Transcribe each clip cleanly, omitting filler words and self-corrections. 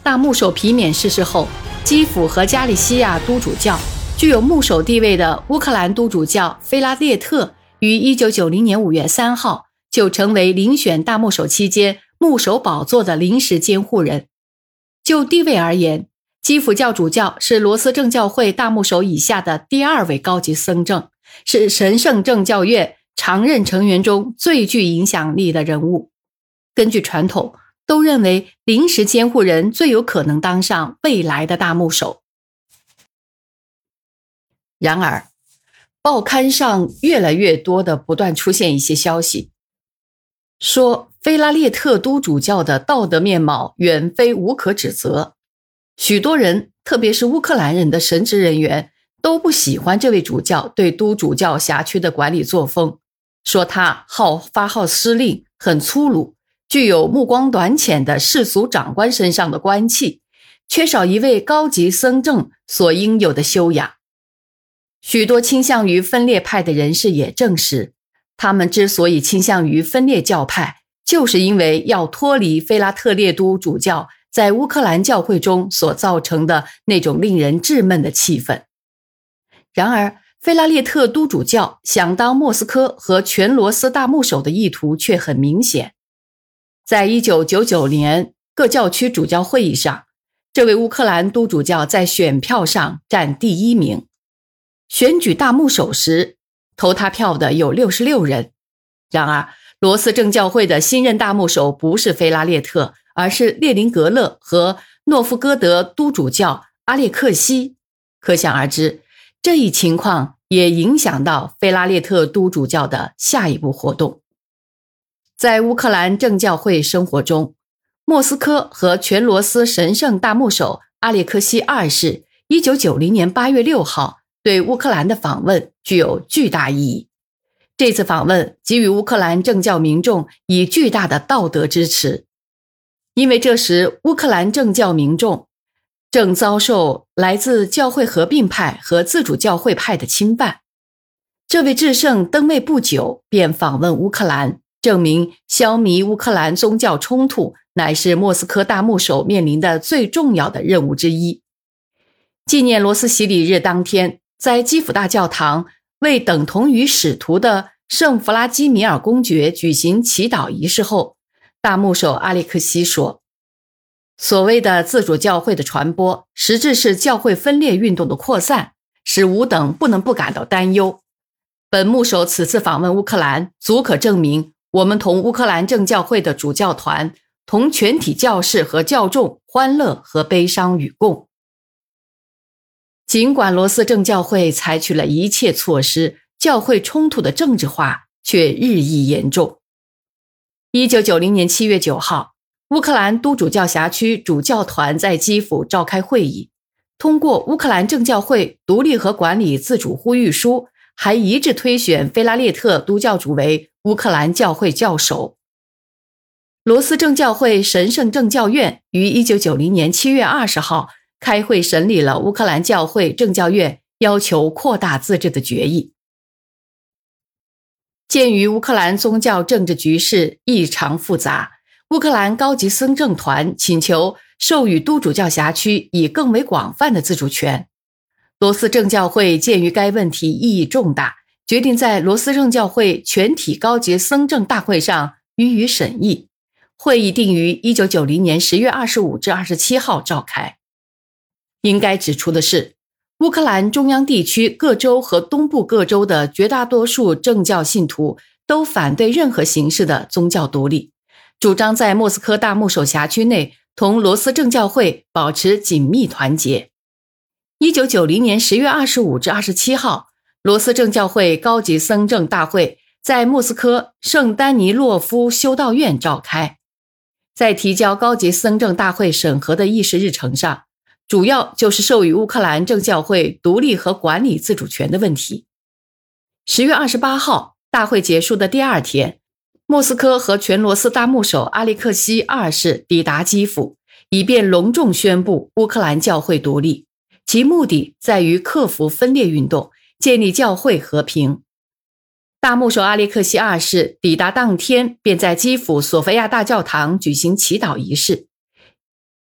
大牧首皮缅逝世后，基辅和加利西亚都主教，具有牧首地位的乌克兰都主教菲拉列特于1990年5月3号就成为遴选大牧首期间牧首宝座的临时监护人。就地位而言，基辅教主教是罗斯正教会大牧首以下的第2位高级僧正，是神圣正教院常任成员中最具影响力的人物。根据传统，都认为临时监护人最有可能当上未来的大牧首。然而，报刊上越来越多的不断出现一些消息，说菲拉列特都主教的道德面貌远非无可指责。许多人，特别是乌克兰人的神职人员，都不喜欢这位主教对都主教辖区的管理作风，说他发号施令，很粗鲁，具有目光短浅的世俗长官身上的官气，缺少一位高级僧正所应有的修养。许多倾向于分裂派的人士也证实，他们之所以倾向于分裂教派，就是因为要脱离菲拉特列都主教在乌克兰教会中所造成的那种令人窒闷的气氛。然而，菲拉列特都主教想当莫斯科和全罗斯大牧首的意图却很明显。在1999年各教区主教会议上，这位乌克兰都主教在选票上占第1名。选举大牧首时，投他票的有66人。然而，罗斯正教会的新任大牧首不是菲拉列特，而是列宁格勒和诺夫哥德都主教阿列克西。可想而知，这一情况也影响到菲拉列特都主教的下一步活动。在乌克兰正教会生活中，莫斯科和全罗斯神圣大牧首阿列克西2世1990年8月6号对乌克兰的访问具有巨大意义。这次访问给予乌克兰正教民众以巨大的道德支持，因为这时乌克兰正教民众正遭受来自教会合并派和自主教会派的侵犯。这位至圣登位不久便访问乌克兰，证明消弭乌克兰宗教冲突乃是莫斯科大牧首面临的最重要的任务之一。纪念罗斯洗礼日当天，在基辅大教堂为等同于使徒的圣弗拉基米尔公爵举行祈祷仪式后，大牧首阿列克西说，所谓的自主教会的传播，实质是教会分裂运动的扩散，使吾等不能不感到担忧。本牧首此次访问乌克兰，足可证明我们同乌克兰正教会的主教团，同全体教士和教众欢乐和悲伤与共。尽管罗斯正教会采取了一切措施，教会冲突的政治化却日益严重。1990年7月9号，乌克兰都主教辖区主教团在基辅召开会议，通过乌克兰正教会独立和管理自主呼吁书，还一致推选菲拉列特都教主为乌克兰教会教首。罗斯正教会神圣正教院于1990年7月20号开会审理了乌克兰教会正教院要求扩大自治的决议。鉴于乌克兰宗教政治局势异常复杂，乌克兰高级僧正团请求授予都主教辖区以更为广泛的自主权。罗斯正教会鉴于该问题意义重大，决定在罗斯正教会全体高级僧正大会上予以审议。会议定于1990年10月25至27号召开。应该指出的是，乌克兰中央地区各州和东部各州的绝大多数正教信徒都反对任何形式的宗教独立，主张在莫斯科大牧首辖区内同罗斯正教会保持紧密团结。1990年10月25至27号，罗斯正教会高级僧正大会在莫斯科圣丹尼洛夫修道院召开。在提交高级僧正大会审核的议事日程上，主要就是授予乌克兰正教会独立和管理自主权的问题。10月28号，大会结束的第2天，莫斯科和全罗斯大牧首阿列克西2世抵达基辅，以便隆重宣布乌克兰教会独立，其目的在于克服分裂运动，建立教会和平。大牧首阿列克西2世抵达当天便在基辅索菲亚大教堂举行祈祷仪式。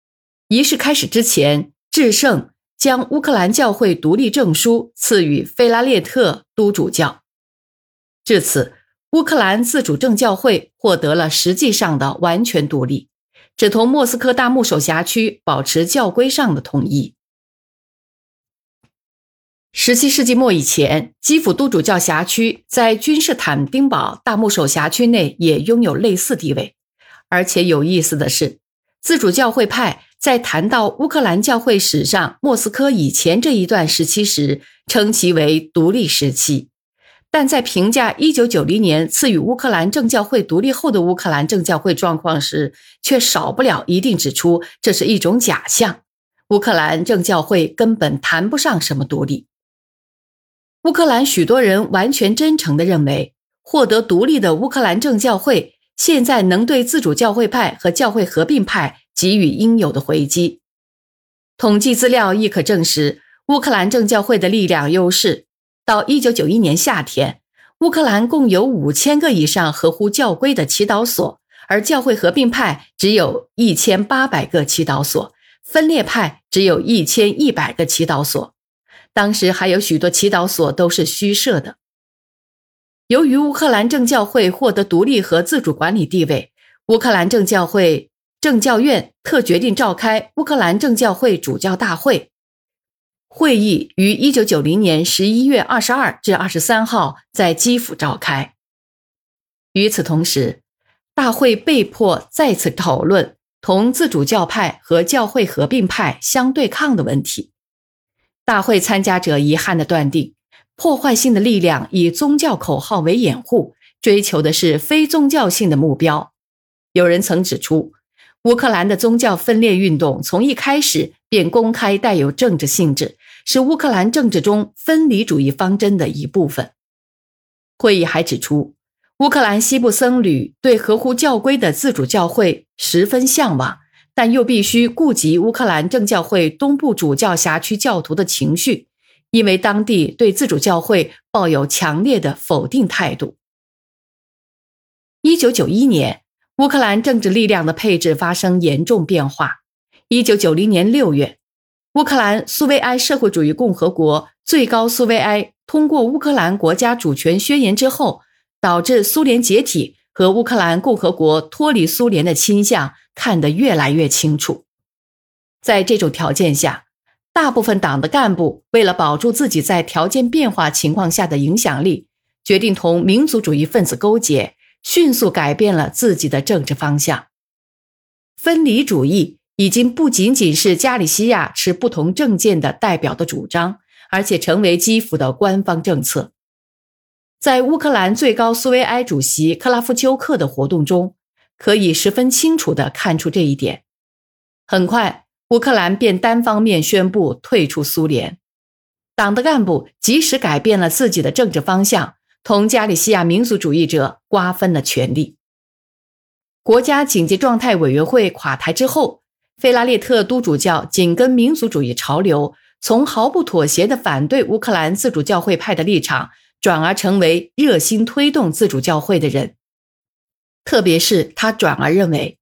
仪式开始之前，至圣将乌克兰教会独立证书赐予菲拉列特都主教。至此，乌克兰自主正教会获得了实际上的完全独立，只同莫斯科大牧首辖区保持教规上的统一。17世纪末以前，基辅都主教辖区在君士坦丁堡大牧首辖区内也拥有类似地位。而且有意思的是，自主教会派在谈到乌克兰教会史上莫斯科以前这一段时期时，称其为独立时期，但在评价1990年赐予乌克兰正教会独立后的乌克兰正教会状况时，却少不了一定指出这是一种假象，乌克兰正教会根本谈不上什么独立。乌克兰许多人完全真诚地认为，获得独立的乌克兰正教会现在能对自主教会派和教会合并派给予应有的回击。统计资料亦可证实乌克兰正教会的力量优势。到1991年夏天，乌克兰共有5000个以上合乎教规的祈祷所，而教会合并派只有1800个祈祷所，分裂派只有1100个祈祷所。当时还有许多祈祷所都是虚设的。由于乌克兰正教会获得独立和自主管理地位，乌克兰正教会正教院特决定召开乌克兰正教会主教大会。会议于1990年11月22至23号在基辅召开。与此同时，大会被迫再次讨论同自主教派和教会合并派相对抗的问题。大会参加者遗憾地断定，破坏性的力量以宗教口号为掩护，追求的是非宗教性的目标。有人曾指出，乌克兰的宗教分裂运动从一开始便公开带有政治性质，是乌克兰政治中分离主义方针的一部分。会议还指出，乌克兰西部僧侣对合乎教规的自主教会十分向往，但又必须顾及乌克兰正教会东部主教辖区教徒的情绪，因为当地对自主教会抱有强烈的否定态度。1991年，乌克兰政治力量的配置发生严重变化。1990年6月，乌克兰苏维埃社会主义共和国最高苏维埃通过乌克兰国家主权宣言之后，导致苏联解体和乌克兰共和国脱离苏联的倾向看得越来越清楚。在这种条件下，大部分党的干部为了保住自己在条件变化情况下的影响力，决定同民族主义分子勾结，迅速改变了自己的政治方向。分离主义已经不仅仅是加里西亚持不同政见的代表的主张，而且成为基辅的官方政策。在乌克兰最高苏维埃主席克拉夫丘克的活动中，可以十分清楚地看出这一点。很快，乌克兰便单方面宣布退出苏联。党的干部及时改变了自己的政治方向，同加里西亚民族主义者瓜分了权力。国家紧急状态委员会垮台之后，菲拉列特都主教紧跟民族主义潮流，从毫不妥协地反对乌克兰自主教会派的立场，转而成为热心推动自主教会的人。特别是他转而认为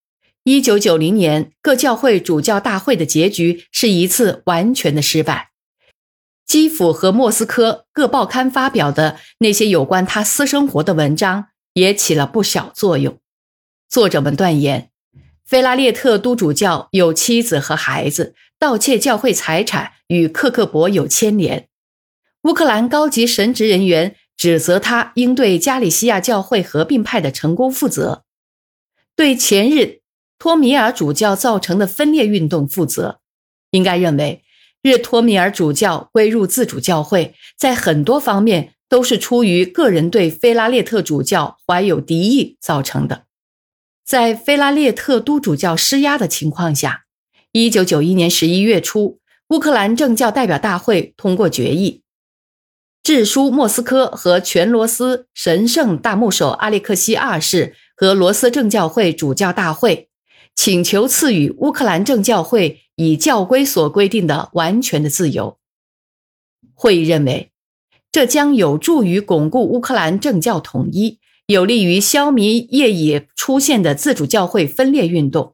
1990年各教会主教大会的结局是一次完全的失败。基辅和莫斯科各报刊发表的那些有关他私生活的文章也起了不小作用。作者们断言，菲拉列特都主教有妻子和孩子，盗窃教会财产，与克克勃有牵连。乌克兰高级神职人员指责他应对加里西亚教会合并派的成功负责，对前日托米尔主教造成的分裂运动负责。应该认为，日托米尔主教归入自主教会，在很多方面都是出于个人对菲拉列特主教怀有敌意造成的。在菲拉列特都主教施压的情况下，1991年11月初，乌克兰正教代表大会通过决议，致书莫斯科和全罗斯神圣大牧首阿列克西二世和罗斯正教会主教大会，请求赐予乌克兰正教会以教规所规定的完全的自由。会议认为，这将有助于巩固乌克兰政教统一，有利于消弭业已出现的自主教会分裂运动。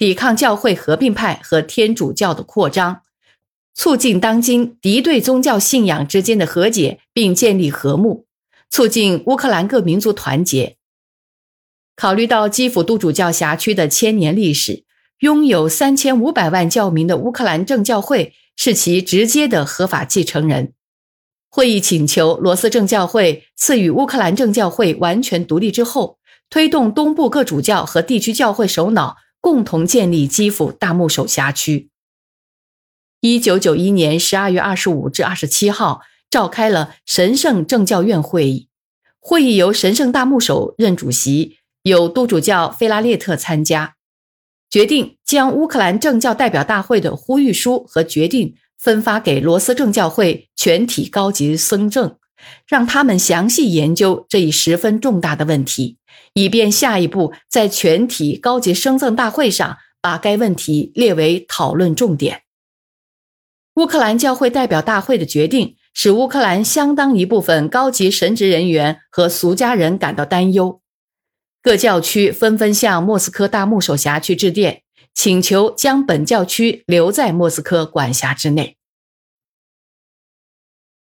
抵抗教会合并派和天主教的扩张，促进当今敌对宗教信仰之间的和解并建立和睦，促进乌克兰各民族团结。考虑到基辅督主教辖区的千年历史，拥有3500万教民的乌克兰正教会是其直接的合法继承人。会议请求罗斯正教会赐予乌克兰正教会完全独立之后，推动东部各主教和地区教会首脑共同建立基辅大牧首辖区。1991年12月25至27号召开了神圣政教院会议，会议由神圣大牧首任主席，有督主教菲拉列特参加，决定将乌克兰正教代表大会的呼吁书和决定分发给罗斯正教会全体高级僧正，让他们详细研究这一十分重大的问题，以便下一步在全体高级僧正大会上把该问题列为讨论重点。乌克兰教会代表大会的决定使乌克兰相当一部分高级神职人员和俗家人感到担忧，各教区纷纷向莫斯科大牧首辖区致电，请求将本教区留在莫斯科管辖之内。